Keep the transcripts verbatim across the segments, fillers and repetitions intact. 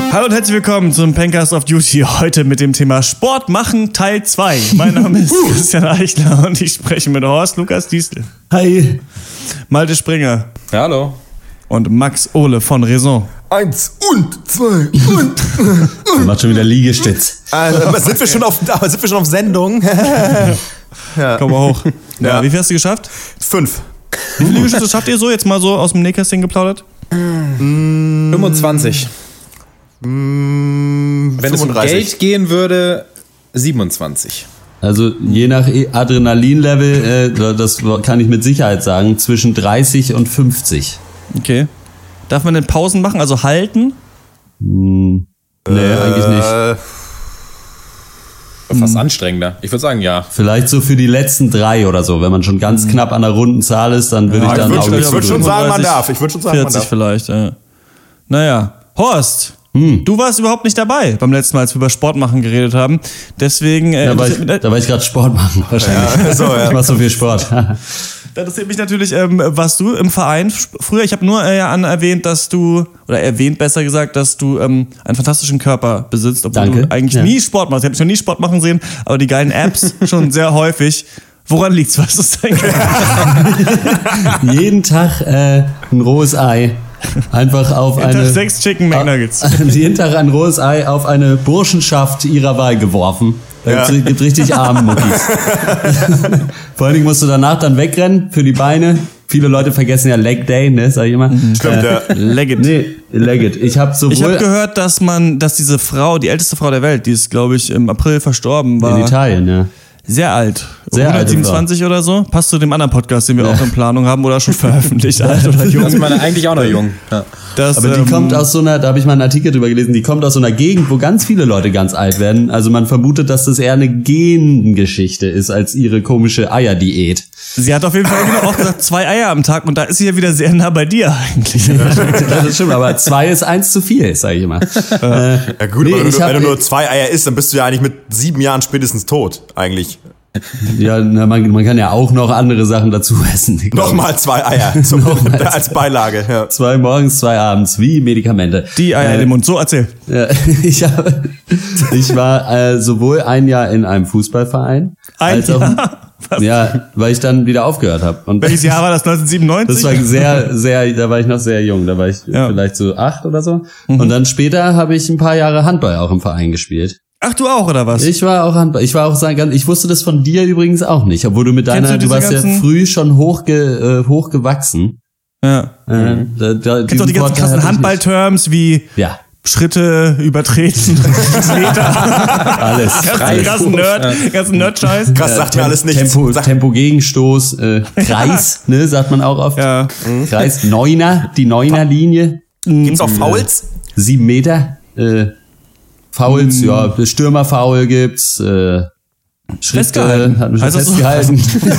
Hallo und herzlich willkommen zum Pencast of Duty, heute mit dem Thema Sport machen Teil zwei. Mein Name ist Christian Eichler und ich spreche mit Horst Lukas Diestel. Hi. Malte Springer. Ja, hallo. Und Max Ohle von Raison. Eins und zwei und... Er macht schon wieder Liegestütz. Also, sind, wir schon auf, sind wir schon auf Sendung? Ja. Komm mal hoch. Ja. Ja, wie viel hast du geschafft? Fünf. Wie viele Liegestütze schafft ihr so? Jetzt mal so aus dem Nähkästchen geplaudert? Mm. fünfundzwanzig. Mm, Wenn fünfunddreißig. es um Geld gehen würde, siebenundzwanzig. Also je nach Adrenalinlevel, äh, das kann ich mit Sicherheit sagen, zwischen dreißig und fünfzig. Okay. Darf man denn Pausen machen, also halten? Hm, nee, äh, eigentlich nicht. Fast hm. anstrengender. Ich würde sagen, ja. Vielleicht so für die letzten drei oder so. Wenn man schon ganz hm. knapp an der runden Zahl ist, dann würde ja, ich dann ich auch würd, Ich würde schon sagen, man darf. Ich würde schon sagen, vierzig man darf. vielleicht, ja. Naja, Horst. Hm. Du warst überhaupt nicht dabei beim letzten Mal, als wir über Sport machen geredet haben. Deswegen... Äh, da war ich, da war ich gerade Sport machen wahrscheinlich. Ja, so, ja. Ich mach so viel Sport. Da interessiert mich natürlich, ähm, warst du im Verein früher? Ich habe nur äh, ja erwähnt, dass du, oder erwähnt besser gesagt, dass du ähm, einen fantastischen Körper besitzt, obwohl Danke. du eigentlich ja. nie Sport machst. Ich habe dich noch nie Sport machen sehen, aber die geilen Apps schon sehr häufig. Woran liegt's? Was ist dein Körper? Jeden Tag äh, ein rohes Ei. Einfach auf jeden eine... Tag sechs Chicken McNuggets. Jeden Tag ein rohes Ei auf eine Burschenschaft ihrer Wahl geworfen. Da ja. gibt richtig arme Muckis. Vor allen Dingen musst du danach dann wegrennen für die Beine. Viele Leute vergessen ja Leg Day, ne, sag ich immer. Stimmt, äh, ja. Leg it. Nee, Leg it. Ich habe sowohl... Ich habe gehört, dass man, dass diese Frau, die älteste Frau der Welt, die ist, glaube ich, im April verstorben war. In Italien, ja. Sehr alt. Sehr hundertsiebenundzwanzig oder so. Passt zu dem anderen Podcast, den wir ja. auch in Planung haben oder schon veröffentlicht. Alt oder jung. Das ist meine eigentlich auch noch jung. Ja. Das, Aber die ähm, kommt aus so einer, da habe ich mal einen Artikel drüber gelesen, die kommt aus so einer Gegend, wo ganz viele Leute ganz alt werden. Also man vermutet, dass das eher eine Gengeschichte ist als ihre komische Eierdiät. Sie hat auf jeden Fall auch gesagt, zwei Eier am Tag und da ist sie ja wieder sehr nah bei dir eigentlich. Ja, das stimmt, aber zwei ist eins zu viel, sag ich immer. Ja, ja gut, nee, aber wenn, du, wenn du nur zwei Eier isst, dann bist du ja eigentlich mit sieben Jahren spätestens tot, eigentlich. Ja, na, man, man kann ja auch noch andere Sachen dazu essen. Nochmal zwei Eier zum, als Beilage. Ja. Zwei morgens, zwei abends, wie Medikamente. Die Eier äh, in den Mund, so erzähl. Ja, ich, hab, ich war äh, sowohl ein Jahr in einem Fußballverein, ein als Jahr? auch, ja, weil ich dann wieder aufgehört habe. Welches Jahr war das, neunzehnhundertsiebenundneunzig? Das war sehr, sehr, da war ich noch sehr jung, da war ich ja. vielleicht so acht oder so. Mhm. Und dann später habe ich ein paar Jahre Handball auch im Verein gespielt. Ach, du auch, oder was? Ich war auch Handball. Ich war auch sagen, ich wusste das von dir übrigens auch nicht, obwohl du mit deiner, du, du warst ja früh schon hochge, äh, hochgewachsen. Ja. Äh, da, da, kennst du auch die ganzen krassen Handball-Terms wie ja. Schritte übertreten, Meter. Alles. Ganzen, ganzen Nerd, ja. ganzen Nerd-Scheiß. Krass, sagt mir alles nichts. Tempo, Tempo Gegenstoß, äh, Kreis, ja. ne, sagt man auch oft. Ja. Kreis, Neuner, die Neuner-Linie. Gibt's auch Fouls? Sieben Meter, äh, Fouls, mm. ja, Stürmerfoul gibt's, äh, Schritte, festgehalten. Hat mich also festgehalten. So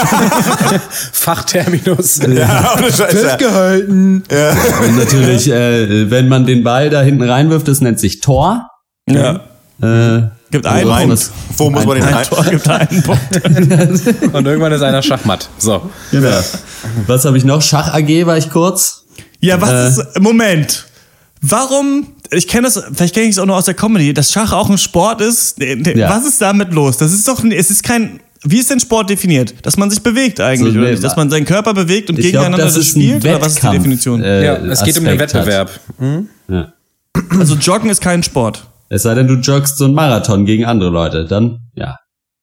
Fachterminus. Ja, festgehalten. Ja. Und natürlich, äh, wenn man den Ball da hinten reinwirft, das nennt sich Tor. Ja. Äh, gibt einen rein, Punkt. Wo muss man den ein rein? Tor gibt einen Punkt. Und irgendwann ist einer Schachmatt. So. Genau. Was habe ich noch? Schach A G war ich kurz. Ja, was äh, ist, Moment. Warum, ich kenne das, vielleicht kenne ich es auch nur aus der Comedy, dass Schach auch ein Sport ist. Ja. Was ist damit los? Das ist doch, es ist kein, wie ist denn Sport definiert? Dass man sich bewegt eigentlich, so, oder nicht? Dass man seinen Körper bewegt und ich gegeneinander glaub, das, das spielt? Oder was ist die Definition? Äh, ja, es geht um den Wettbewerb. Hm? Ja. Also Joggen ist kein Sport. Es sei denn, du joggst so einen Marathon gegen andere Leute, dann, ja.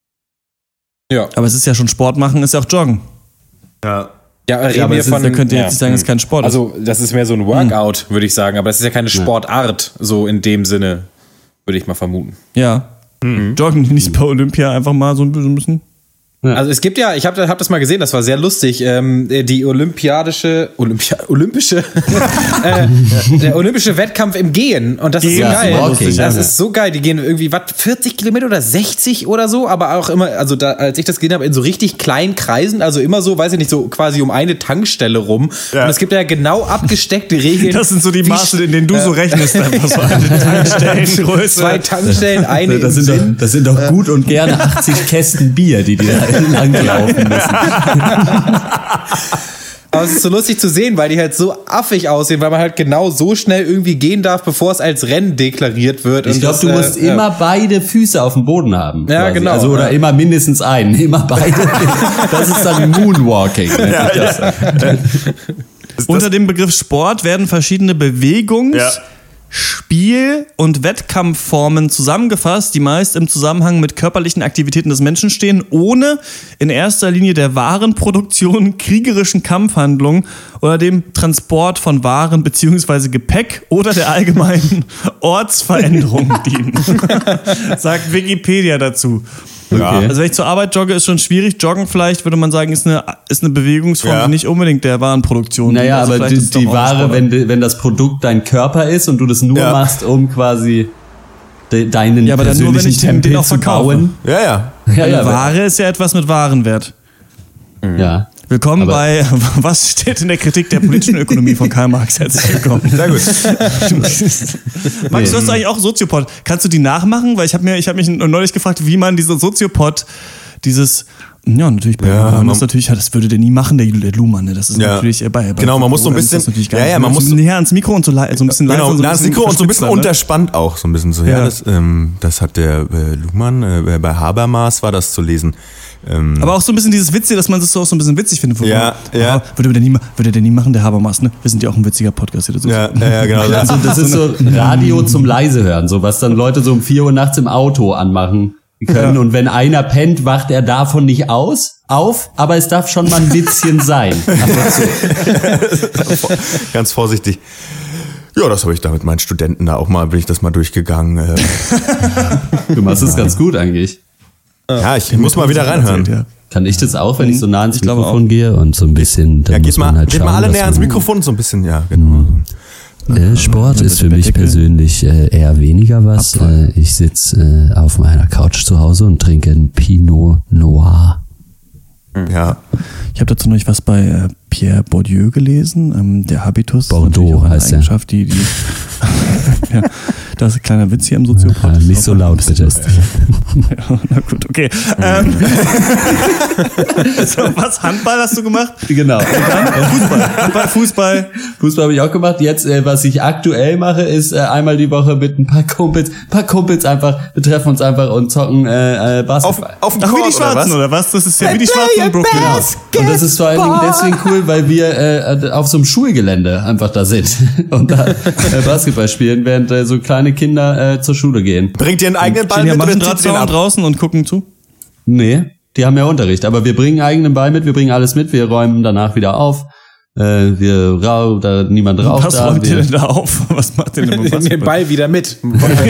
Ja. Aber es ist ja schon Sport machen, ist ja auch Joggen. Ja. Ja, reden ja, wir von, von, da könnt ihr ja, jetzt nicht sagen, es ist kein Sport. Also, das ist mehr so ein Workout, würde ich sagen, aber das ist ja keine Sportart, so in dem Sinne, würde ich mal vermuten. Ja. Mhm. Joggen nicht bei Olympia einfach mal so ein bisschen. Ja. Also es gibt ja, ich habe hab das mal gesehen, das war sehr lustig, ähm, die olympiadische, Olympia, olympische, äh, der olympische Wettkampf im Gehen und das Gehen, ist so geil. Ja, lustig, das ja. ist so geil, die gehen irgendwie, was, vierzig Kilometer oder sechzig oder so, aber auch immer, also da, als ich das gesehen habe, in so richtig kleinen Kreisen, also immer so, weiß ich nicht, so quasi um eine Tankstelle rum ja. Und es gibt ja genau abgesteckte Regeln. Das sind so die Maße, in denen du äh, so rechnest, einfach so eine Tankstellengröße. Zwei Tankstellen, eine das sind, doch, das sind doch gut und gerne achtzig Kästen Bier, die dir lang laufen müssen. Aber es ist so lustig zu sehen, weil die halt so affig aussehen, weil man halt genau so schnell irgendwie gehen darf, bevor es als Rennen deklariert wird. Ich glaube, du musst äh, immer ja. beide Füße auf dem Boden haben. Ja, quasi. genau. Also, oder ja. immer mindestens einen. Immer beide. Das ist dann Moonwalking. Ja, ja. Unter dem Begriff Sport werden verschiedene Bewegungs-, ja. Spiel- und Wettkampfformen zusammengefasst, die meist im Zusammenhang mit körperlichen Aktivitäten des Menschen stehen, ohne in erster Linie der Warenproduktion, kriegerischen Kampfhandlungen oder dem Transport von Waren bzw. Gepäck oder der allgemeinen Ortsveränderung dienen. Sagt Wikipedia dazu. Okay. Also wenn ich zur Arbeit jogge, ist schon schwierig. Joggen vielleicht, würde man sagen, ist eine, ist eine Bewegungsform, ja. die nicht unbedingt der Warenproduktion dient. Naja, also aber die, die Ware, wenn, wenn das Produkt dein Körper ist und du das nur ja. machst, um quasi de, deinen ja, aber persönlichen nur, wenn ich Tempel den auch zu bauen. Ja, ja. ja, ja Ware ist ja etwas mit Warenwert. Mhm. Ja. Willkommen aber bei Was steht in der Kritik der politischen Ökonomie von Karl Marx? Herzlich willkommen. Sehr gut. Max, du hast eigentlich auch Soziopod. Kannst du die nachmachen? Weil ich habe mir, ich habe mich neulich gefragt, wie man diese Soziopod, dieses ja, natürlich bei ja, man, das natürlich, ja, das würde der nie machen, der, der Luhmann, ne? Das ist ja. natürlich äh, bei, bei genau, man muss so ein bisschen, ja, ja, man muss so näher ans Mikro und so, le- so ein bisschen leiser. Genau, so ans Mikro und so ein bisschen ne? unterspannt auch, so ein bisschen so. Ja, ja das, ähm, das hat der äh, Luhmann, äh, bei Habermas war das zu lesen. Ähm, Aber auch so ein bisschen dieses Witzige, dass man das so auch so ein bisschen witzig findet. Ja, man, ja. Oh, würde der nie, würde der nie machen, der Habermas, ne? Wir sind ja auch ein witziger Podcast hier. Ja, ja, ja, genau. Also das ist so Radio zum leise hören, so was dann Leute so um vier Uhr nachts im Auto anmachen können. Ja. Und wenn einer pennt, wacht er davon nicht aus, auf, aber es darf schon mal ein Witzchen sein. Ganz vorsichtig. Ja, das habe ich da mit meinen Studenten da auch mal, bin ich das mal durchgegangen. Du machst es ganz gut eigentlich. Ja, ich muss mal wieder reinhören. Erzählt, ja. Kann ich das auch, wenn ich so nah ans Mikrofon gehe und so ein bisschen, dann ja, geht muss man mal, halt geht schauen, mal alle näher ans Mikrofon, so ein bisschen, ja, genau. Äh, Sport ist für mich persönlich äh, eher weniger was. Äh, ich sitze äh, auf meiner Couch zu Hause und trinke ein Pinot Noir. Ja. Ich habe dazu noch was bei äh, Pierre Bourdieu gelesen. Ähm, der Habitus Bordeaux ist heißt Eigenschaft, die, die ja, das ist ein kleiner Witz hier im Soziopath. Ja, nicht so laut, bitte. Ja, na gut, okay. Ähm, so, was? Handball hast du gemacht? Genau. Und dann Fußball. Handball, Fußball. Fußball habe ich auch gemacht. Jetzt, äh, was ich aktuell mache, ist äh, einmal die Woche mit ein paar Kumpels, ein paar Kumpels einfach, wir treffen uns einfach und zocken äh, Basketball. Auf, auf dem Ach, Court, wie die Schwarzen, oder was? oder was? Das ist ja wie die Schwarzen in Brooklyn. Genau. Und das ist vor allen Dingen deswegen cool, weil wir äh, auf so einem Schulgelände einfach da sind und da äh, Basketball spielen, während äh, so kleine Kinder äh, zur Schule gehen. Bringt ihr einen eigenen Ball mit oder zieht ihr den ab? Draußen und gucken zu? Nee, die haben ja Unterricht, aber wir bringen eigenen Ball mit, wir bringen alles mit, wir räumen danach wieder auf. Äh, wir rauchen, da niemand raucht. Was da, räumt ihr denn da auf? Was macht ihr denn mit dem den Ball wieder mit?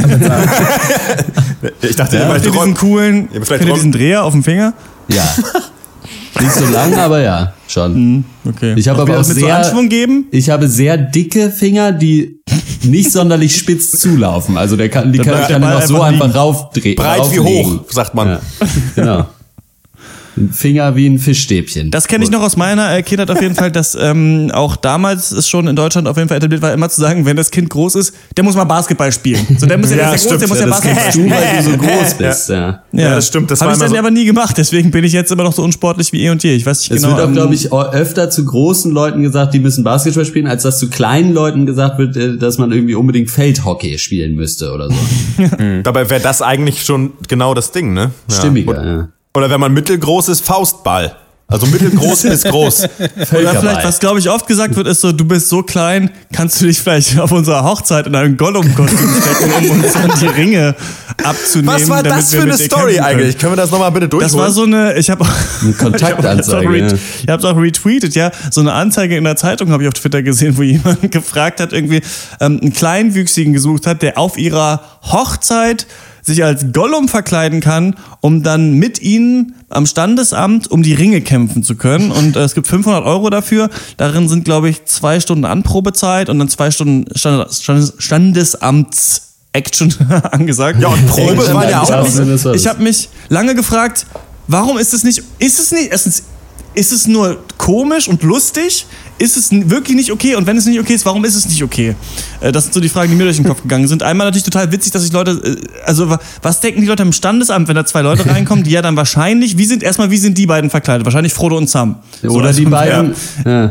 Ich dachte, ja, ihr diesen coolen, ja, kennt ihr diesen Dreher auf dem Finger? Ja. Nicht so lang, aber ja, schon. Okay. Ich habe aber auch sehr, sehr, so Anschwung geben? Ich habe sehr dicke Finger, die nicht sonderlich spitz zulaufen. Also der kann, die kann, kann ich auch so einfach raufdrehen. Breit wie hoch, sagt man. Ja, genau. Ein Finger wie ein Fischstäbchen. Das kenne ich noch aus meiner Kindheit auf jeden Fall, dass ähm, auch damals es schon in Deutschland auf jeden Fall etabliert war, immer zu sagen, wenn das Kind groß ist, der muss mal Basketball spielen. So, der muss ja, ja, der groß, der muss ja, ja Basketball spielen, weil du so groß bist. Ja, ja. ja das stimmt. Das habe ich dann so aber nie gemacht, deswegen bin ich jetzt immer noch so unsportlich wie eh und je. Ich weiß nicht es genau. Es wird auch, glaube ich, öfter zu großen Leuten gesagt, die müssen Basketball spielen, als dass zu kleinen Leuten gesagt wird, dass man irgendwie unbedingt Feldhockey spielen müsste oder so. Mhm. Dabei wäre das eigentlich schon genau das Ding, ne? Ja. Stimmiger, ja. Oder wenn man mittelgroß ist, Faustball. Also mittelgroß bis groß. Oder vielleicht, was glaube ich oft gesagt wird, ist so, du bist so klein, kannst du dich vielleicht auf unserer Hochzeit in einem Gollum-Kostüm stecken, um uns dann die Ringe abzunehmen. Was war das für eine Story eigentlich? Können wir das nochmal bitte durchholen? Das war so eine, ich habe eine Kontaktanzeige. Ich habe es auch, auch retweetet, ja. So eine Anzeige in der Zeitung habe ich auf Twitter gesehen, wo jemand gefragt hat, irgendwie ähm, einen Kleinwüchsigen gesucht hat, der auf ihrer Hochzeit sich als Gollum verkleiden kann, um dann mit ihnen am Standesamt um die Ringe kämpfen zu können. Und äh, es gibt fünfhundert Euro dafür. Darin sind, glaube ich, zwei Stunden Anprobezeit und dann zwei Stunden Stand, Stand, Standesamts-Action angesagt. Ja, und Probe war ja auch. Ich habe mich lange gefragt, warum ist es nicht, ist es nicht, erstens, ist es nur komisch und lustig? Ist es wirklich nicht okay? Und wenn es nicht okay ist, warum ist es nicht okay? Das sind so die Fragen, die mir durch den Kopf gegangen sind. Einmal natürlich total witzig, dass sich Leute, also was denken die Leute im Standesamt, wenn da zwei Leute reinkommen, die ja dann wahrscheinlich, wie sind, erstmal, wie sind die beiden verkleidet? Wahrscheinlich Frodo und Sam. Oder so, die beiden, ja.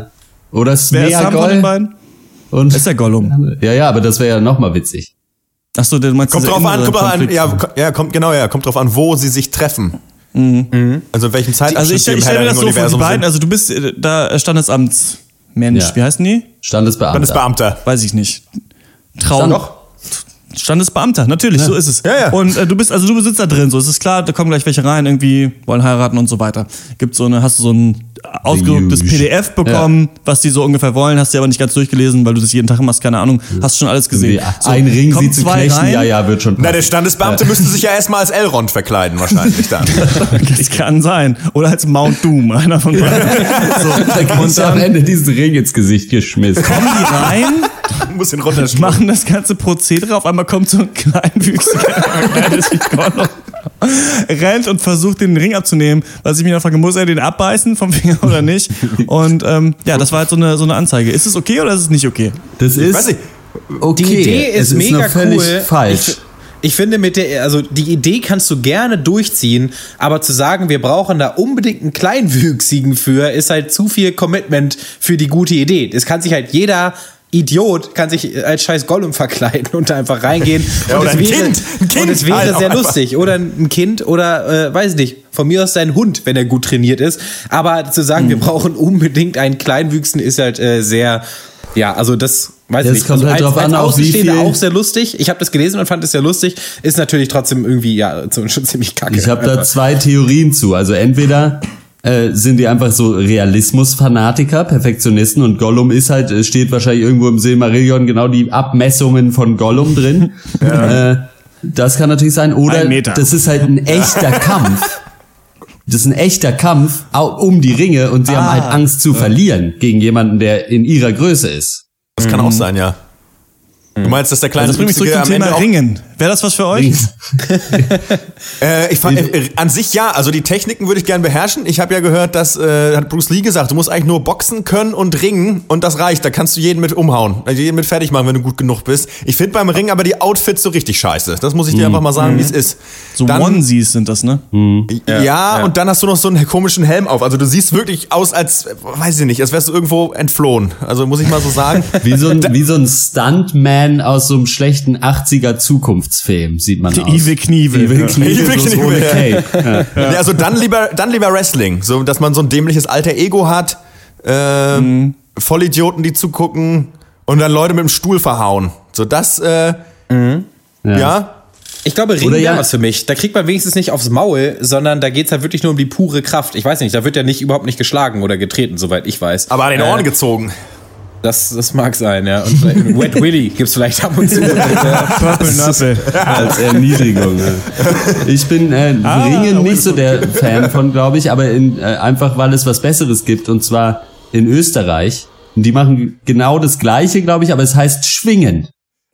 Oder Smeagol. Und ist der Gollum. Ja, ja, aber das wäre ja nochmal witzig. Ach so, du meinst kommt drauf an, kommt drauf an, ja, ja, kommt, genau, ja, kommt drauf an, wo sie sich treffen. Mhm. Also in welchem Zeitabschnitt also ich, ich stelle mir das so vor, die beiden, also du bist da Standesamtsmensch, ja. Wie heißen die? Standesbeamter. Standesbeamter. Weiß ich nicht. Traum. Stand Doch. Standesbeamter, natürlich, ja. So ist es. Ja, ja. Und äh, du bist, also du sitzt da drin, so, es ist klar, da kommen gleich welche rein, irgendwie wollen heiraten und so weiter. Gibt so eine, hast du so ein ausgedrucktes P D F bekommen, ja. Was die so ungefähr wollen, hast du aber nicht ganz durchgelesen, weil du das jeden Tag machst, keine Ahnung, hast schon alles gesehen. So, ein Ring sieht zu knechten, ja, ja, wird schon passen. Na, der Standesbeamte ja. müsste sich ja erstmal als Elrond verkleiden, wahrscheinlich dann. Das kann sein. Oder als Mount Doom, einer von beiden. So, da und dann am Ende diesen Ring ins Gesicht geschmissen. Kommen die rein, muss ihn runterschlucken. Machen das ganze Prozedere, auf einmal kommt so ein kleinwüchsiger, rennt und versucht, den Ring abzunehmen. Was ich mich noch frage, muss er den abbeißen vom Finger oder nicht? Und ähm, ja, das war halt so eine, so eine Anzeige. Ist es okay oder ist es nicht okay? Das ist weiß nicht. Okay. Die Idee ist, es mega ist völlig cool. falsch. Ich, ich finde mit der, also die Idee kannst du gerne durchziehen, aber zu sagen, wir brauchen da unbedingt einen Kleinwüchsigen für, ist halt zu viel Commitment für die gute Idee. Es kann sich halt jeder Idiot kann sich als scheiß Gollum verkleiden und da einfach reingehen. Ja, und, oder es ein wäre, kind. Ein kind und es wäre halt sehr einfach. lustig. Oder ein Kind oder, äh, weiß nicht, von mir aus sein Hund, wenn er gut trainiert ist. Aber zu sagen, mhm. wir brauchen unbedingt einen Kleinwüchsen, ist halt äh, sehr, ja, also das, weiß ich das nicht. Kommt also halt als, drauf als an, auch wie viel auch sehr lustig. Ich habe das gelesen und fand es sehr lustig. Ist natürlich trotzdem irgendwie, ja, schon ziemlich kacke. Ich habe da zwei Theorien zu. Also entweder äh, sind die einfach so Realismus-Fanatiker, Perfektionisten und Gollum ist halt, es steht wahrscheinlich irgendwo im Silmarillion genau die Abmessungen von Gollum drin. Ja. Äh, das kann natürlich sein. Oder das ist halt ein echter Kampf. Das ist ein echter Kampf um die Ringe und sie ah, haben halt Angst zu ja. verlieren gegen jemanden, der in ihrer Größe ist. Das kann auch sein, ja. Du meinst, dass der kleine also das bringt mich zurück zum Thema Ringen. Wäre das was für euch? äh, ich fand, äh, an sich ja, also die Techniken würde ich gern beherrschen. Ich habe ja gehört, dass äh, hat Bruce Lee gesagt, du musst eigentlich nur boxen können und ringen und das reicht. Da kannst du jeden mit umhauen, also jeden mit fertig machen, wenn du gut genug bist. Ich finde beim Ring aber die Outfits so richtig scheiße. Das muss ich dir mhm. einfach mal sagen, mhm. wie es ist. So dann, Onesies sind das, ne? Mhm. Ja, ja, und dann hast du noch so einen komischen Helm auf. Also du siehst wirklich aus, als, weiß ich nicht, als wärst du irgendwo entflohen. Also muss ich mal so sagen. Wie so ein, wie so ein Stuntman aus so einem schlechten achtziger Zukunftsfilm, sieht man die aus. Evil Knievel. Evil Knievel, Evil Knievel. Ohne Cape. Ja. Ja. Ja, also dann lieber, dann lieber Wrestling, so dass man so ein dämliches alter Ego hat, äh, mhm. Vollidioten, die zugucken und dann Leute mit dem Stuhl verhauen. So das, äh, mhm. ja. ja. Ich glaube, Ring wäre ja was für mich. Da kriegt man wenigstens nicht aufs Maul, sondern da geht's halt wirklich nur um die pure Kraft. Ich weiß nicht, da wird ja nicht überhaupt nicht geschlagen oder getreten, soweit ich weiß. Aber an den Ohren äh, gezogen. Das, das mag sein, ja. Und Wet Willy gibt's vielleicht ab und zu. Purple Knuckle. Als Erniedrigung. Ja. Ich bin äh, ah, Ringen nicht so der Fan von, glaube ich, aber in, äh, einfach, weil es was Besseres gibt, und zwar in Österreich. Und die machen genau das Gleiche, glaube ich, aber es heißt Schwingen.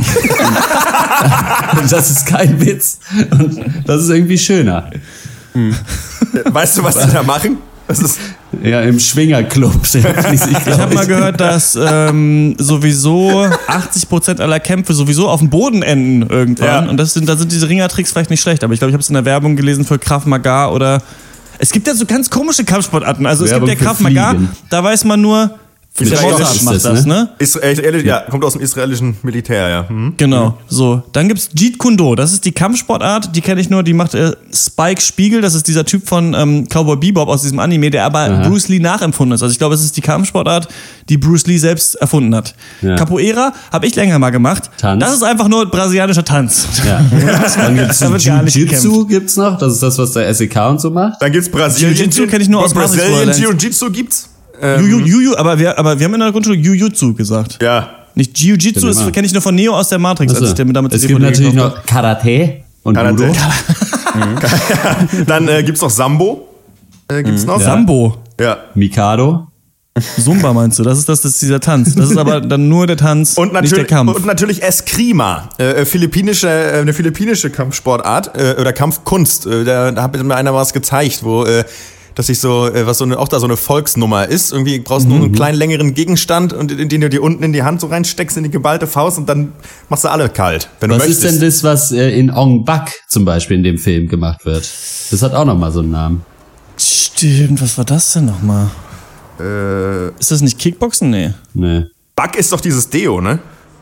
Und das ist kein Witz. Und das ist irgendwie schöner. Hm. Weißt du, was die da machen? Das ist ja, im Schwingerclub. Ich, ich habe mal gehört, dass ähm, sowieso achtzig Prozent aller Kämpfe sowieso auf dem Boden enden irgendwann. Ja. Und das sind, da sind diese Ringertricks vielleicht nicht schlecht. Aber ich glaube, ich habe es in der Werbung gelesen für Krav Maga oder... Es gibt ja so ganz komische Kampfsportarten. Also Werbung es gibt ja Krav Maga, da weiß man nur... Der Mossasch macht das, ne? Israel, ja, kommt aus dem israelischen Militär, ja. Mhm. Genau, mhm. so. Dann gibt's Jeet Kune Do, das ist die Kampfsportart, die kenne ich nur, die macht äh, Spike Spiegel, das ist dieser Typ von ähm, Cowboy Bebop aus diesem Anime, der aber Aha. Bruce Lee nachempfunden ist. Also ich glaube, es ist die Kampfsportart, die Bruce Lee selbst erfunden hat. Ja. Capoeira habe ich länger mal gemacht. Tanz. Das ist einfach nur brasilianischer Tanz. Ja. Dann gibt's Jiu-Jitsu gibt's noch, das ist das, was der S E K und so macht. Dann gibt's Brasilien. Jiu-Jitsu kenne ich nur aus Brasilien. Jiu-Jitsu gibt's. Ähm, Juju, Juju, aber wir, aber wir haben in der Grundschule Jujutsu gesagt. Ja. Nicht Jiu-Jitsu, das kenne ich nur von Neo aus der Matrix. Also, als ich damit es gibt natürlich noch Karate und Karate. Judo. Dann äh, gibt's noch Sambo. Äh, gibt's noch? Ja. Sambo. Ja. Mikado. Zumba meinst du? Das ist das, das ist dieser Tanz. Das ist aber dann nur der Tanz, und nicht der Kampf. Und natürlich Eskrima, äh, philippinische, äh, eine philippinische Kampfsportart äh, oder Kampfkunst. Äh, da, da hat mir einer was gezeigt, wo äh, dass ich so, was so eine, auch da so eine Volksnummer ist. Irgendwie brauchst du mhm. nur einen kleinen, längeren Gegenstand, und den du dir unten in die Hand so reinsteckst, in die geballte Faust, und dann machst du alle kalt, wenn du was möchtest. Was ist denn das, was in Ong Bak zum Beispiel in dem Film gemacht wird? Das hat auch nochmal so einen Namen. Stimmt, was war das denn nochmal? Äh, ist das nicht Kickboxen? Nee. Nee. Bug ist doch dieses Deo, ne?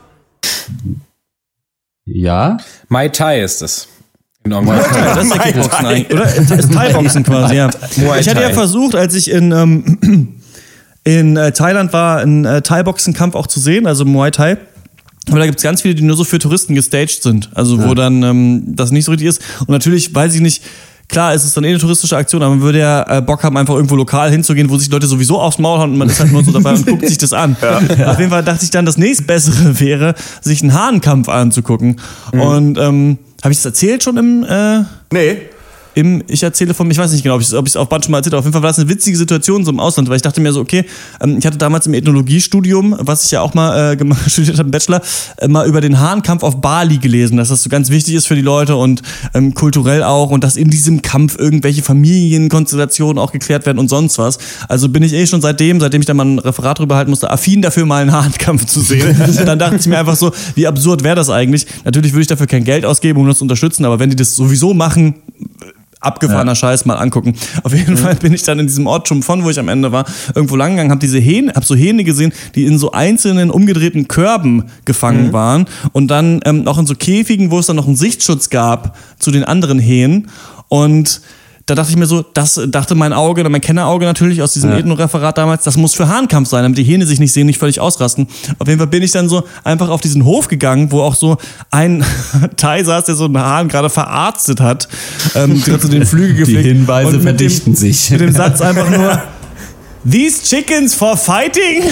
Ja? Muay Thai ist es. Genau, Muay Thai. Das ist ja Kickboxen eigentlich. Oder ist, ist Thai-Boxen quasi, ja. Ich hatte ja versucht, als ich in, ähm, in äh, Thailand war, einen äh, Thai-Boxen-Kampf auch zu sehen, also Muay Thai. Aber da gibt's ganz viele, die nur so für Touristen gestaged sind. Also wo ja. dann ähm, das nicht so richtig ist. Und natürlich, weiß ich nicht, klar, es ist dann eh eine touristische Aktion, aber man würde ja äh, Bock haben, einfach irgendwo lokal hinzugehen, wo sich Leute sowieso aufs Maul hauen und man ist halt nur so dabei und guckt sich das an. Ja. Auf jeden Fall dachte ich dann, das nächstbessere wäre, sich einen Hahnkampf anzugucken. Mhm. Und ähm, habe ich das erzählt schon im... Äh, nee. Im, ich erzähle von, ich weiß nicht genau, ob ich es auf Band schon mal erzählt habe. Auf jeden Fall war das eine witzige Situation so im Ausland, weil ich dachte mir so, okay, ähm, ich hatte damals im Ethnologiestudium, was ich ja auch mal äh, gemacht, studiert habe im Bachelor, äh, mal über den Hahnkampf auf Bali gelesen, dass das so ganz wichtig ist für die Leute und ähm, kulturell auch und dass in diesem Kampf irgendwelche Familienkonstellationen auch geklärt werden und sonst was. Also bin ich eh schon seitdem, seitdem ich da mal ein Referat drüber halten musste, affin dafür mal einen Hahnkampf zu sehen. Dann dachte ich mir einfach so, wie absurd wäre das eigentlich? Natürlich würde ich dafür kein Geld ausgeben, um das zu unterstützen, aber wenn die das sowieso machen, abgefahrener ja. Scheiß mal angucken. Auf jeden mhm. Fall bin ich dann in diesem Ort schon von, wo ich am Ende war, irgendwo lang gegangen, habe diese Hähne, hab so Hähne gesehen, die in so einzelnen umgedrehten Körben gefangen mhm. waren und dann ähm, auch in so Käfigen, wo es dann noch einen Sichtschutz gab zu den anderen Hähnen und da dachte ich mir so, das dachte mein Auge, mein Kennerauge natürlich aus diesem ja. Ethno-Referat damals, das muss für Hahnkampf sein, damit die Hähne sich nicht sehen, nicht völlig ausrasten. Auf jeden Fall bin ich dann so einfach auf diesen Hof gegangen, wo auch so ein Thai saß, der so einen Hahn gerade verarztet hat, ähm, gerade so den Flügel gepflegt. Die Hinweise und verdichten dem, sich. Mit dem Satz einfach nur, These chickens for fighting?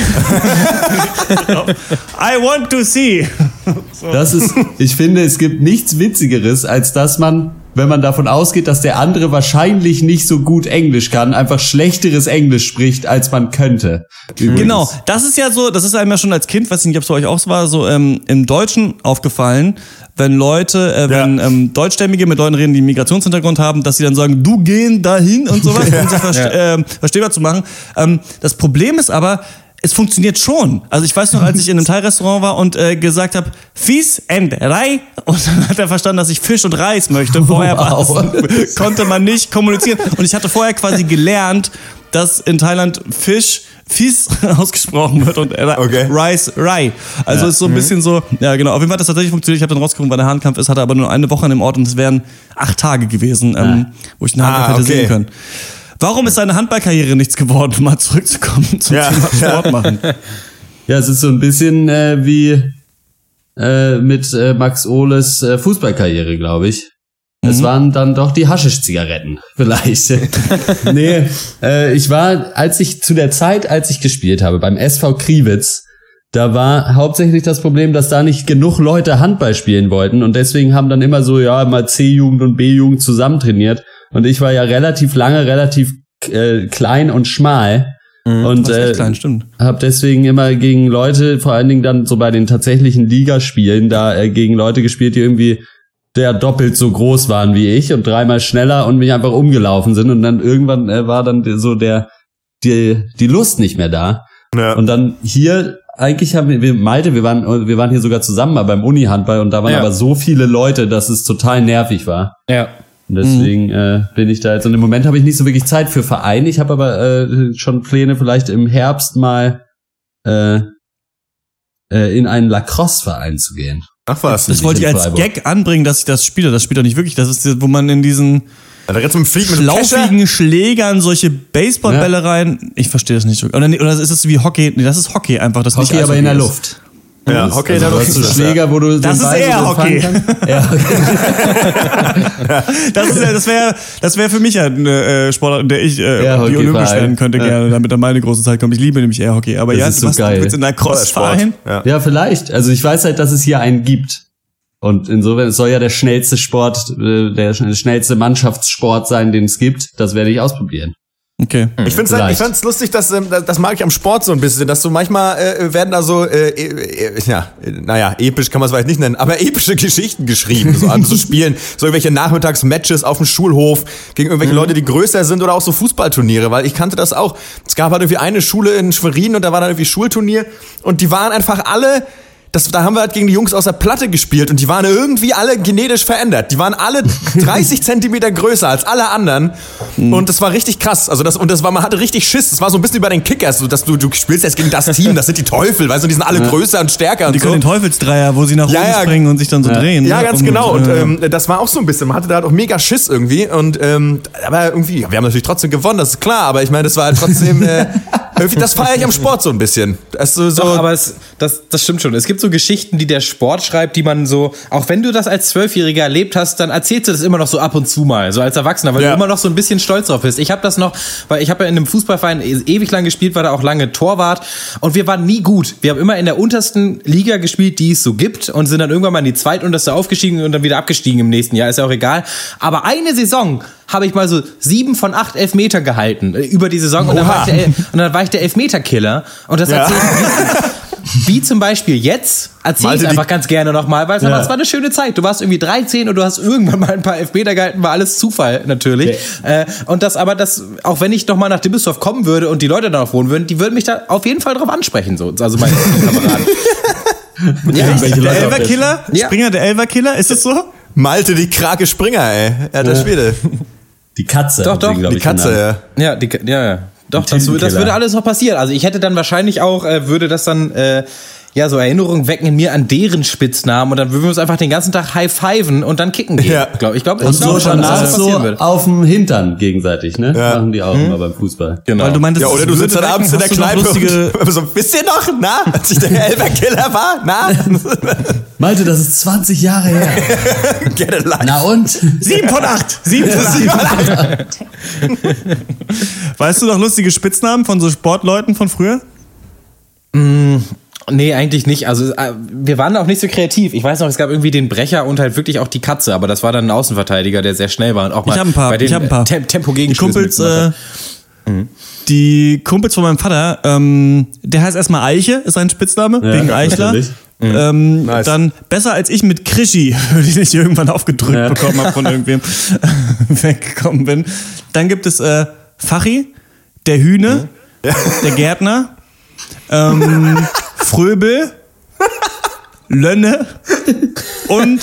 I want to see. So. Das ist, ich finde, es gibt nichts Witzigeres, als dass man, wenn man davon ausgeht, dass der andere wahrscheinlich nicht so gut Englisch kann, einfach schlechteres Englisch spricht, als man könnte. Übrigens. Genau, das ist ja so, das ist einem ja schon als Kind, weiß ich nicht, ob es bei euch auch so war, so ähm, im Deutschen aufgefallen, wenn Leute, äh, wenn ja. ähm, Deutschstämmige mit Leuten reden, die einen Migrationshintergrund haben, dass sie dann sagen, du gehen dahin und sowas, ja. um sich verste- ja. äh, verstehbar zu machen. Ähm, das Problem ist aber, es funktioniert schon. Also ich weiß noch, als ich in einem Thai-Restaurant war und äh, gesagt habe, Fish and Rai, und dann hat er verstanden, dass ich Fisch und Reis möchte. Vorher wow. war, konnte man nicht kommunizieren. Und ich hatte vorher quasi gelernt, dass in Thailand Fisch Fies ausgesprochen wird und okay. Rice Rai. Also ja. ist so ein mhm. bisschen so, ja genau, auf jeden Fall hat das tatsächlich funktioniert. Ich habe dann rausgekommen, weil der Hahnkampf ist, hatte aber nur eine Woche an dem Ort und es wären acht Tage gewesen, ja. ähm, wo ich den Hahnkampf ah, hätte okay. sehen können. Warum ist seine Handballkarriere nichts geworden, um mal zurückzukommen zum ja. Thema Sport ja. machen? Ja, es ist so ein bisschen äh, wie äh, mit äh, Max Ohles äh, Fußballkarriere, glaube ich. Es mhm. waren dann doch die Haschisch-Zigaretten, vielleicht. nee, äh, ich war, als ich zu der Zeit, als ich gespielt habe, beim S V Kriwitz, da war hauptsächlich das Problem, dass da nicht genug Leute Handball spielen wollten und deswegen haben dann immer so, ja, mal C-Jugend und B-Jugend zusammen trainiert und ich war ja relativ lange, relativ äh, klein und schmal. Mhm, und äh, klein, stimmt. Hab deswegen immer gegen Leute, vor allen Dingen dann so bei den tatsächlichen Ligaspielen, da äh, gegen Leute gespielt, die irgendwie der doppelt so groß waren wie ich und dreimal schneller und mich einfach umgelaufen sind und dann irgendwann äh, war dann so der die die Lust nicht mehr da. Ja. Und dann hier eigentlich haben wir, wir Malte, wir waren wir waren hier sogar zusammen mal beim Uni-Handball und da waren ja. aber so viele Leute, dass es total nervig war. Ja. Und deswegen mhm. äh, bin ich da jetzt und im Moment habe ich nicht so wirklich Zeit für Verein. Ich habe aber äh, schon Pläne, vielleicht im Herbst mal äh, äh, in einen Lacrosse-Verein zu gehen. Ach was. Das wollte ich als Freiburg. Gag anbringen, dass ich das spiele. Das spielt doch nicht wirklich. Das ist, wo man in diesen schlaufigen Schlägern solche Baseballbälle ja. rein. Ich verstehe das nicht. Oder, oder ist es wie Hockey? Nee, das ist Hockey einfach. Das Hockey nicht aber in der Luft. Ja, das, Hockey also in der Luft. So Schläger, wo du das den ist Ball eher so Hockey. Kannst. Ja, das ist ja, das wäre, das wäre für mich ja eine äh, Sportart, in der ich äh, ja, die olympisch werden könnte ja. gerne, damit dann meine große Zeit kommt. Ich liebe nämlich eher Hockey. Aber das ja, ist so was, geil. Du willst in einer Crossverein? Ja. ja, vielleicht. Also ich weiß halt, dass es hier einen gibt. Und insofern, es soll ja der schnellste Sport, äh, der schnellste Mannschaftssport sein, den es gibt. Das werde ich ausprobieren. Okay. Ich find's halt, ich find's lustig, dass ähm, das mag ich am Sport so ein bisschen, dass so manchmal äh, werden da so äh, äh, ja, naja, episch kann man es vielleicht nicht nennen, aber epische Geschichten geschrieben, so an so Spielen, so irgendwelche Nachmittagsmatches auf dem Schulhof gegen irgendwelche mhm. Leute, die größer sind oder auch so Fußballturniere, weil ich kannte das auch. Es gab halt irgendwie eine Schule in Schwerin und da war dann irgendwie Schulturnier und die waren einfach alle das, da haben wir halt gegen die Jungs aus der Platte gespielt und die waren irgendwie alle genetisch verändert. Die waren alle dreißig Zentimeter größer als alle anderen mhm. und das war richtig krass. Also das, und das war, man hatte richtig Schiss. Das war so ein bisschen wie bei den Kickers, so, dass du, du spielst jetzt gegen das Team, das sind die Teufel, weißt du, die sind alle ja. größer und stärker und die so. können den Teufelsdreier, wo sie nach oben ja, ja. springen und sich dann so ja. drehen. Ja, ne? ganz und, genau. Und äh, ähm, das war auch so ein bisschen, man hatte da halt auch mega Schiss irgendwie und ähm, aber irgendwie, wir haben natürlich trotzdem gewonnen, das ist klar, aber ich meine, das war halt trotzdem, äh, irgendwie, das feiere ich am Sport so ein bisschen. Das so, so Doch, aber es, das, das stimmt schon. Es gibt so Geschichten, die der Sport schreibt, die man so, auch wenn du das als Zwölfjähriger erlebt hast, dann erzählst du das immer noch so ab und zu mal, so als Erwachsener, weil ja. du immer noch so ein bisschen stolz drauf bist. Ich habe das noch, weil ich habe ja in einem Fußballverein ewig lang gespielt, war da auch lange Torwart und wir waren nie gut. Wir haben immer in der untersten Liga gespielt, die es so gibt und sind dann irgendwann mal in die zweitunterste aufgestiegen und dann wieder abgestiegen im nächsten Jahr, ist ja auch egal. Aber eine Saison habe ich mal so sieben von acht Elfmeter gehalten äh, über die Saison und dann, war ich der, und dann war ich der Elfmeterkiller und das erzähle ich wie, wie zum Beispiel jetzt erzähle ich einfach ganz gerne nochmal, weil es ja. war eine schöne Zeit. Du warst irgendwie dreizehn und du hast irgendwann mal ein paar Elfmeter gehalten, war alles Zufall natürlich. Okay. Äh, und das aber, das, auch wenn ich noch mal nach Dibbesdorf kommen würde und die Leute da noch wohnen würden, die würden mich da auf jeden Fall drauf ansprechen, so, also meine Kameraden. ja, der Elferkiller? Ja. Springer, der Elferkiller, ist das so? Malte, die Krake Springer, ey. Ja, der ja. Schwede. Die Katze. Doch, doch. Die Katze, ja. Ja, die, ja, ja. Doch, das, das würde alles noch passieren. Also ich hätte dann wahrscheinlich auch, äh, würde das dann, äh, ja, so Erinnerungen wecken in mir an deren Spitznamen und dann würden wir uns einfach den ganzen Tag high-fiven und dann kicken gehen. Ja. Glaub, ich glaube, und so schon das so auf dem Hintern gegenseitig, ne? Ja. Machen die auch hm. immer beim Fußball. Genau. Weil du meintest, ja, oder du sitzt dann abends in der Kneipe lustige und so, wisst ihr noch, na, als ich der Elferkiller war, na? Malte, das ist zwanzig Jahre her. Get it live. Na und? Sieben von acht. Sieben von acht. Weißt du noch lustige Spitznamen von so Sportleuten von früher? Mm. Nee, eigentlich nicht. Also wir waren auch nicht so kreativ. Ich weiß noch, es gab irgendwie den Brecher und halt wirklich auch die Katze, aber das war dann ein Außenverteidiger, der sehr schnell war und auch mal ich hab ein paar, bei den ich hab ein paar. Tem- Tempo-Gegenstößen. Die Kumpels, äh, mhm. die Kumpels von meinem Vater, ähm, der heißt erstmal Eiche, ist sein Spitzname, ja, wegen Eichler. Mhm. Ähm, nice. Dann besser als ich mit Krischi, den ich irgendwann aufgedrückt ja. bekommen habe von irgendwem weggekommen bin. Dann gibt es äh, Fachi, der Hühne, ja. der Gärtner, ähm, Fröbel, Lönne und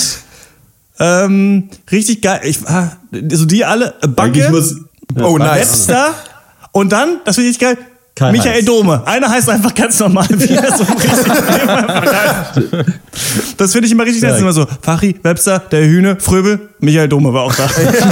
ähm, richtig geil, ich, also die alle, Backe, muss, ja, oh nice, Webster und dann, das finde ich geil, Karl Michael Heinz. Dome. Einer heißt einfach ganz normal, wie er so richtig Das finde ich immer richtig, das ist immer so, Fachi, Webster, der Hühne, Fröbel, Michael Dome war auch da.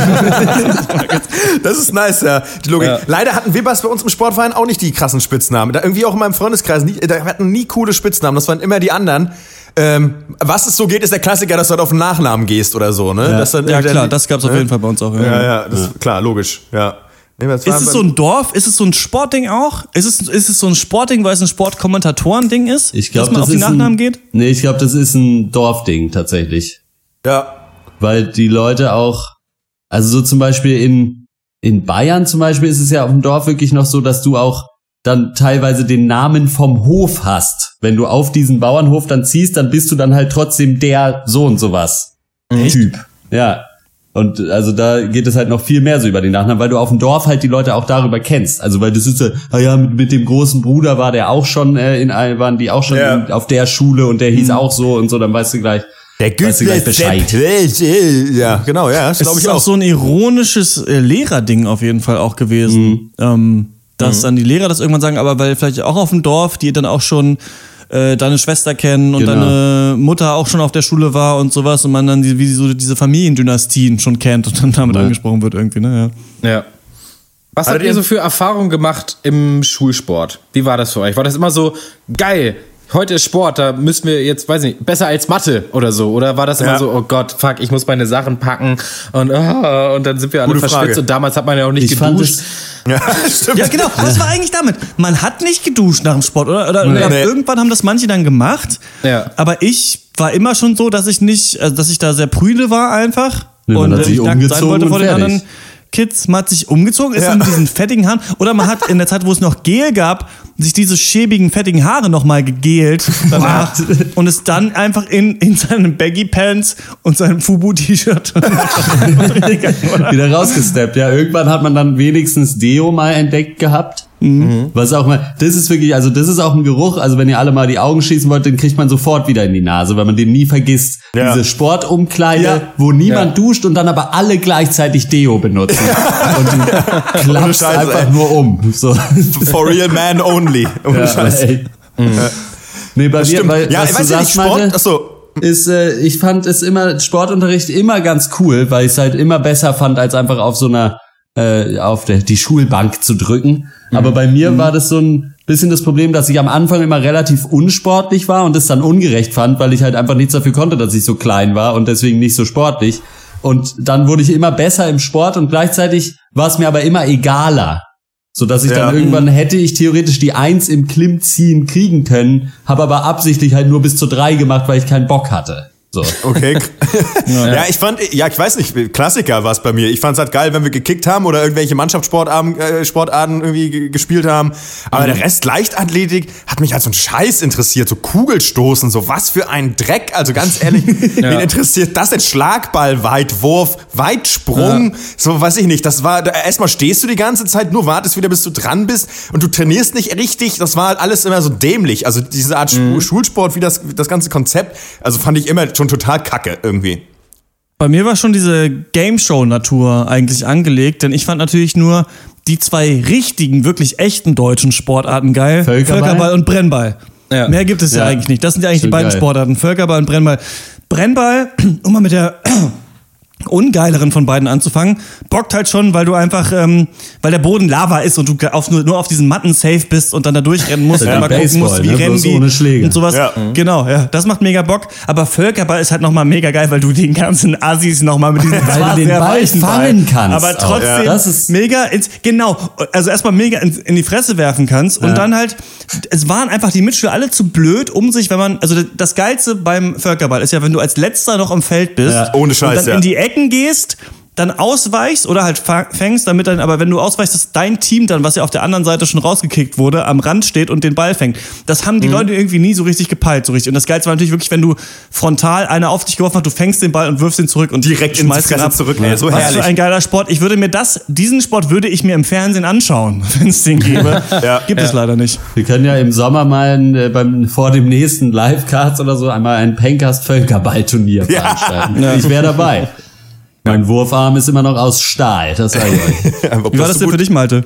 Das ist nice, ja, die Logik. Ja. Leider hatten wir bei uns im Sportverein auch nicht die krassen Spitznamen. Da irgendwie auch in meinem Freundeskreis, nie, da hatten nie coole Spitznamen, das waren immer die anderen. Ähm, was es so geht, ist der Klassiker, dass du halt auf den Nachnamen gehst oder so, ne? Ja, das dann, ja klar, das gab's auf jeden Fall bei uns auch. Ja, ja, ja das ja. ist klar, logisch, ja. Ist es so ein Dorf? Ist es so ein Sportding auch? Ist es, ist es so ein Sportding, weil es ein Sportkommentatoren-Ding ist? Ich glaub, dass man das auf die Nachnamen ein, geht? Nee, ich glaube, das ist ein Dorfding tatsächlich. Ja. Weil die Leute auch, also so zum Beispiel in, in Bayern zum Beispiel ist es ja auf dem Dorf wirklich noch so, dass du auch dann teilweise den Namen vom Hof hast. Wenn du auf diesen Bauernhof dann ziehst, dann bist du dann halt trotzdem der so und sowas. Echt? Typ. Ja. Und also da geht es halt noch viel mehr so über den Nachnamen, weil du auf dem Dorf halt die Leute auch darüber kennst. Also weil das ist ja, ah ja, mit, mit dem großen Bruder war der auch schon äh, in waren die auch schon ja. in, auf der Schule und der hieß mhm. auch so und so, dann weißt du gleich, der weißt du gleich Bescheid. Ja, genau, ja, das glaube ich auch. Es ist auch so ein ironisches äh, Lehrerding auf jeden Fall auch gewesen. Mhm. Ähm, dass mhm. dann die Lehrer das irgendwann sagen, aber weil vielleicht auch auf dem Dorf, die dann auch schon äh, deine Schwester kennen und genau. deine Mutter auch schon auf der Schule war und sowas und man dann die, wie so diese Familiendynastien schon kennt und dann damit ja. angesprochen wird irgendwie, ne? Ja. ja. Was habt ihr so für Erfahrungen gemacht im Schulsport? Wie war das für euch? War das immer so geil? Heute ist Sport, da müssen wir jetzt, weiß nicht, besser als Mathe oder so? Oder war das immer ja. so, oh Gott, fuck, ich muss meine Sachen packen und, oh, und dann sind wir alle Gute verschwitzt Frage. Und damals hat man ja auch nicht ich geduscht. Ja, stimmt. Ja, genau. Was war eigentlich damit? Man hat nicht geduscht nach dem Sport, oder? Oder nee, nee. irgendwann haben das manche dann gemacht. Ja. Aber ich war immer schon so, dass ich nicht, also dass ich da sehr prüde war einfach. Nee, und man hat sich ich nackt umgezogen sein wollte vor den und anderen Kids. Man hat sich umgezogen, ist Ja. in diesen fettigen Haaren. Oder man hat in der Zeit, wo es noch Gel gab, sich diese schäbigen, fettigen Haare nochmal gegelt danach und ist dann einfach in, in seinen Baggy-Pants und seinem Fubu-T-Shirt wieder rausgesteppt. Ja, irgendwann hat man dann wenigstens Deo mal entdeckt gehabt. Mhm. Was auch mal, das ist wirklich, also das ist auch ein Geruch, also wenn ihr alle mal die Augen schließen wollt, den kriegt man sofort wieder in die Nase, weil man den nie vergisst. Ja. Diese Sportumkleide, ja. wo niemand ja. duscht und dann aber alle gleichzeitig Deo benutzen. Und du klappst Scheiße, einfach ey. nur um. So. For real man only. Ohne ja, Scheiß. Ey. Mhm. Nee, bei das mir, stimmt. weil, ja, was ich du weiß ja nicht, sagst, Sport, Malte, achso. ist, äh, ich fand es immer, Sportunterricht immer ganz cool, weil ich es halt immer besser fand, als einfach auf so einer äh, auf der die Schulbank zu drücken. Mhm. Aber bei mir mhm. war das so ein bisschen das Problem, dass ich am Anfang immer relativ unsportlich war und das dann ungerecht fand, weil ich halt einfach nichts dafür konnte, dass ich so klein war und deswegen nicht so sportlich. Und dann wurde ich immer besser im Sport und gleichzeitig war es mir aber immer egaler. So dass ich ja. dann irgendwann hätte ich theoretisch die Eins im Klimmziehen kriegen können, habe aber absichtlich halt nur bis zur Drei gemacht, weil ich keinen Bock hatte. So. Okay. ja. ja, ich fand, ja, ich weiß nicht, Klassiker war es bei mir. Ich fand's halt geil, wenn wir gekickt haben oder irgendwelche Mannschaftssportarten äh, Sportarten irgendwie g- gespielt haben. Aber mhm. der Rest Leichtathletik hat mich halt so ein Scheiß interessiert. So Kugelstoßen, so was für ein Dreck. Also ganz ehrlich, ja. wen interessiert das jetzt? Schlagball, Weitwurf, Weitsprung, ja. so weiß ich nicht. Das war, erstmal stehst du die ganze Zeit, nur wartest wieder, bis du dran bist und du trainierst nicht richtig. Das war halt alles immer so dämlich. Also diese Art mhm. Schulsport, wie das, das ganze Konzept, also fand ich immer schon total kacke irgendwie. Bei mir war schon diese Game-Show-Natur eigentlich angelegt, denn ich fand natürlich nur die zwei richtigen, wirklich echten deutschen Sportarten geil. Völkerball, Völkerball und Brennball. Ja. Mehr gibt es ja. ja eigentlich nicht. Das sind ja eigentlich schon die beiden geil. Sportarten. Völkerball und Brennball. Brennball, um mal mit der ungeileren von beiden anzufangen, bockt halt schon, weil du einfach, ähm, weil der Boden Lava ist und du auf, nur, nur auf diesen Matten safe bist und dann da durchrennen musst ja, und mal gucken musst, wie ne? rennen die ohne Schläge. und sowas. Ja. Genau, ja, das macht mega Bock. Aber Völkerball ist halt nochmal mega geil, weil du den ganzen Assis nochmal mit diesem weil du den Ball fangen kannst. Aber trotzdem ja. das ist mega ins, genau, also erstmal mega in, in die Fresse werfen kannst und ja. dann halt, es waren einfach die Mitschüler alle zu blöd, um sich, wenn man, also das Geilste beim Völkerball ist ja, wenn du als Letzter noch am Feld bist ja. ohne Scheiß, und dann ja. in die Ecken gehst, dann ausweichst oder halt fängst, damit dann, aber wenn du ausweichst, dass dein Team dann, was ja auf der anderen Seite schon rausgekickt wurde, am Rand steht und den Ball fängt. Das haben die mhm. Leute irgendwie nie so richtig gepeilt, so richtig. Und das Geilste war natürlich wirklich, wenn du frontal einer auf dich geworfen hat, du fängst den Ball und wirfst ihn zurück und direkt schmeißt ihn ab. Zurück. Ja, so was herrlich. für ein geiler Sport. Ich würde mir das, diesen Sport würde ich mir im Fernsehen anschauen, wenn es den gäbe. ja. Gibt ja. es leider nicht. Wir können ja im Sommer mal ein, äh, beim, vor dem nächsten Live-Cards oder so einmal ein Pencast-Völkerball-Turnier ja. veranstalten. Ja. Ich wäre dabei. Mein Wurfarm ist immer noch aus Stahl, das sage ich euch. Wie war das denn für dich, Malte?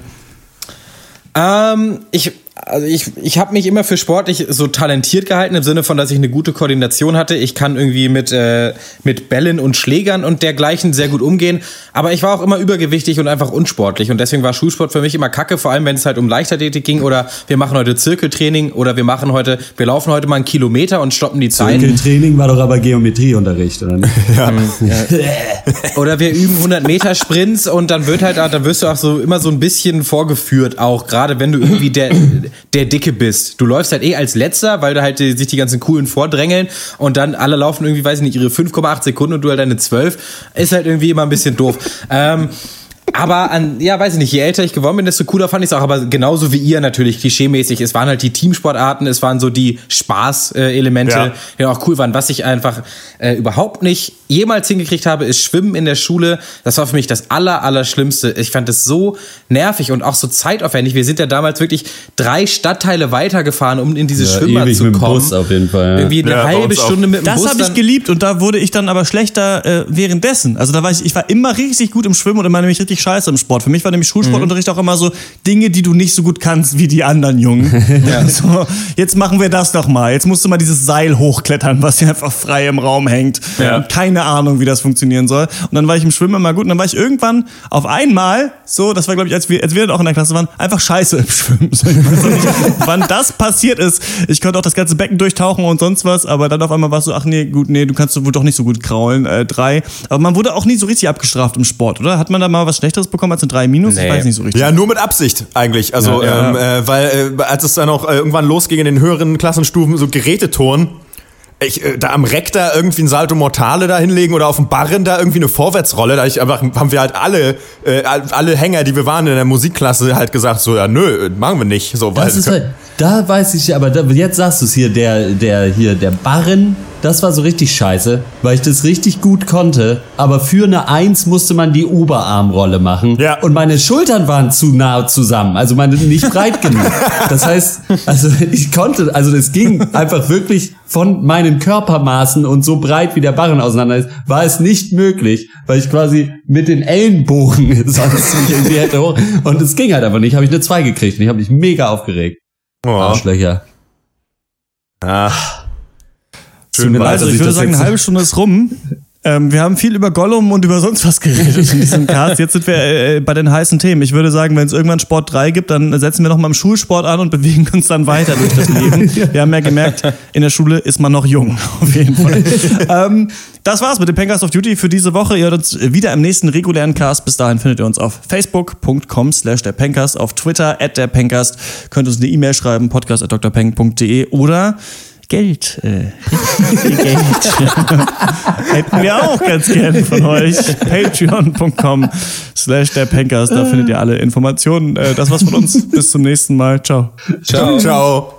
Ähm, ich, also ich, ich habe mich immer für sportlich so talentiert gehalten, im Sinne von, dass ich eine gute Koordination hatte. Ich kann irgendwie mit, äh, mit Bällen und Schlägern und dergleichen sehr gut umgehen. Aber ich war auch immer übergewichtig und einfach unsportlich. Und deswegen war Schulsport für mich immer kacke, vor allem wenn es halt um Leichtathletik ging oder wir machen heute Zirkeltraining oder wir machen heute, wir laufen heute mal einen Kilometer und stoppen die Zeit. Zirkeltraining war doch aber Geometrieunterricht, oder nicht? Ja. ja. Oder wir üben hundert Meter Sprints und dann wird halt, dann wirst du auch so immer so ein bisschen vorgeführt auch, gerade wenn du irgendwie der der Dicke bist. Du läufst halt eh als Letzter, weil da halt sich die ganzen Coolen vordrängeln und dann alle laufen irgendwie, weiß ich nicht, ihre fünf Komma acht Sekunden und du halt deine zwölf. Ist halt irgendwie immer ein bisschen doof. ähm, Aber an, ja, weiß ich nicht, je älter ich geworden bin, desto cooler fand ich es auch. Aber genauso wie ihr natürlich, klischeemäßig. Es waren halt die Teamsportarten, es waren so die Spaß-Elemente, ja. die auch cool waren. Was ich einfach äh, überhaupt nicht jemals hingekriegt habe, ist Schwimmen in der Schule. Das war für mich das aller, aller Schlimmste. Ich fand das so nervig und auch so zeitaufwendig. Wir sind ja damals wirklich drei Stadtteile weitergefahren, um in dieses ja, Schwimmbad zu mit kommen. Dem Bus auf jeden Fall. Ja. Irgendwie eine ja, halbe Stunde mit dem das Bus. Das habe ich geliebt und da wurde ich dann aber schlechter äh, währenddessen. Also da war ich, ich war immer richtig gut im Schwimmen und immer nämlich richtig scheiße im Sport. Für mich war nämlich Schulsportunterricht mhm. auch immer so Dinge, die du nicht so gut kannst wie die anderen Jungen. ja. so, jetzt machen wir das doch mal. Jetzt musst du mal dieses Seil hochklettern, was hier einfach frei im Raum hängt. Ja. Und keine Ahnung, wie das funktionieren soll. Und dann war ich im Schwimmen immer gut und dann war ich irgendwann auf einmal so, das war glaube ich, als wir, als wir auch in der Klasse waren, einfach scheiße im Schwimmen. So, ich weiß auch nicht, wann das passiert ist. Ich konnte auch das ganze Becken durchtauchen und sonst was, aber dann auf einmal war es so, ach nee, gut, nee, du kannst wohl doch nicht so gut kraulen. Äh, drei. Aber man wurde auch nie so richtig abgestraft im Sport, oder? Hat man da mal was Schlechteres bekommen als eine drei minus? Nee. Ich weiß nicht so richtig. Ja, nur mit Absicht eigentlich. Also, ja, ja. Ähm, äh, weil äh, als es dann auch äh, irgendwann losging in den höheren Klassenstufen, so Geräteturnen, ich, äh, da am Reck da irgendwie ein Salto Mortale da hinlegen oder auf dem Barren da irgendwie eine Vorwärtsrolle, da ich einfach, haben wir halt alle, äh, alle Hänger, die wir waren in der Musikklasse, halt gesagt, so, ja, nö, machen wir nicht. So, weil das ist halt, da weiß ich, aber da, jetzt sagst du es hier, der, der, hier, der Barren, das war so richtig scheiße, weil ich das richtig gut konnte, aber für eine Eins musste man die Oberarmrolle machen. Ja. Und meine Schultern waren zu nah zusammen, also meine nicht breit genug. Das heißt, also ich konnte, also es ging einfach wirklich von meinen Körpermaßen und so breit wie der Barren auseinander ist, war es nicht möglich, weil ich quasi mit den Ellenbogen sonst mich irgendwie hätte hoch. Und es ging halt einfach nicht, habe ich eine zwei gekriegt und ich habe mich mega aufgeregt. Oh. Arschlöcher. Ach. Tut mir leid, also ich würde sagen, eine halbe Stunde ist rum. Ähm, wir haben viel über Gollum und über sonst was geredet in diesem Cast. Jetzt sind wir äh, bei den heißen Themen. Ich würde sagen, wenn es irgendwann Sport drei gibt, dann setzen wir noch mal im Schulsport an und bewegen uns dann weiter durch das Leben. Wir haben ja gemerkt, in der Schule ist man noch jung, auf jeden Fall. ähm, das war's mit dem Pencast of Duty für diese Woche. Ihr hört uns wieder im nächsten regulären Cast. Bis dahin findet ihr uns auf facebook punkt com slash der Pencast, auf Twitter at der Pencast. Könnt uns eine E-Mail schreiben, podcast at d r peng punkt d e oder Geld, äh, viel Geld. Hätten wir auch ganz gerne von euch. patreon punkt com slash der Pencast, da findet ihr alle Informationen. Äh, das war's von uns. Bis zum nächsten Mal. Ciao. Ciao. Ciao.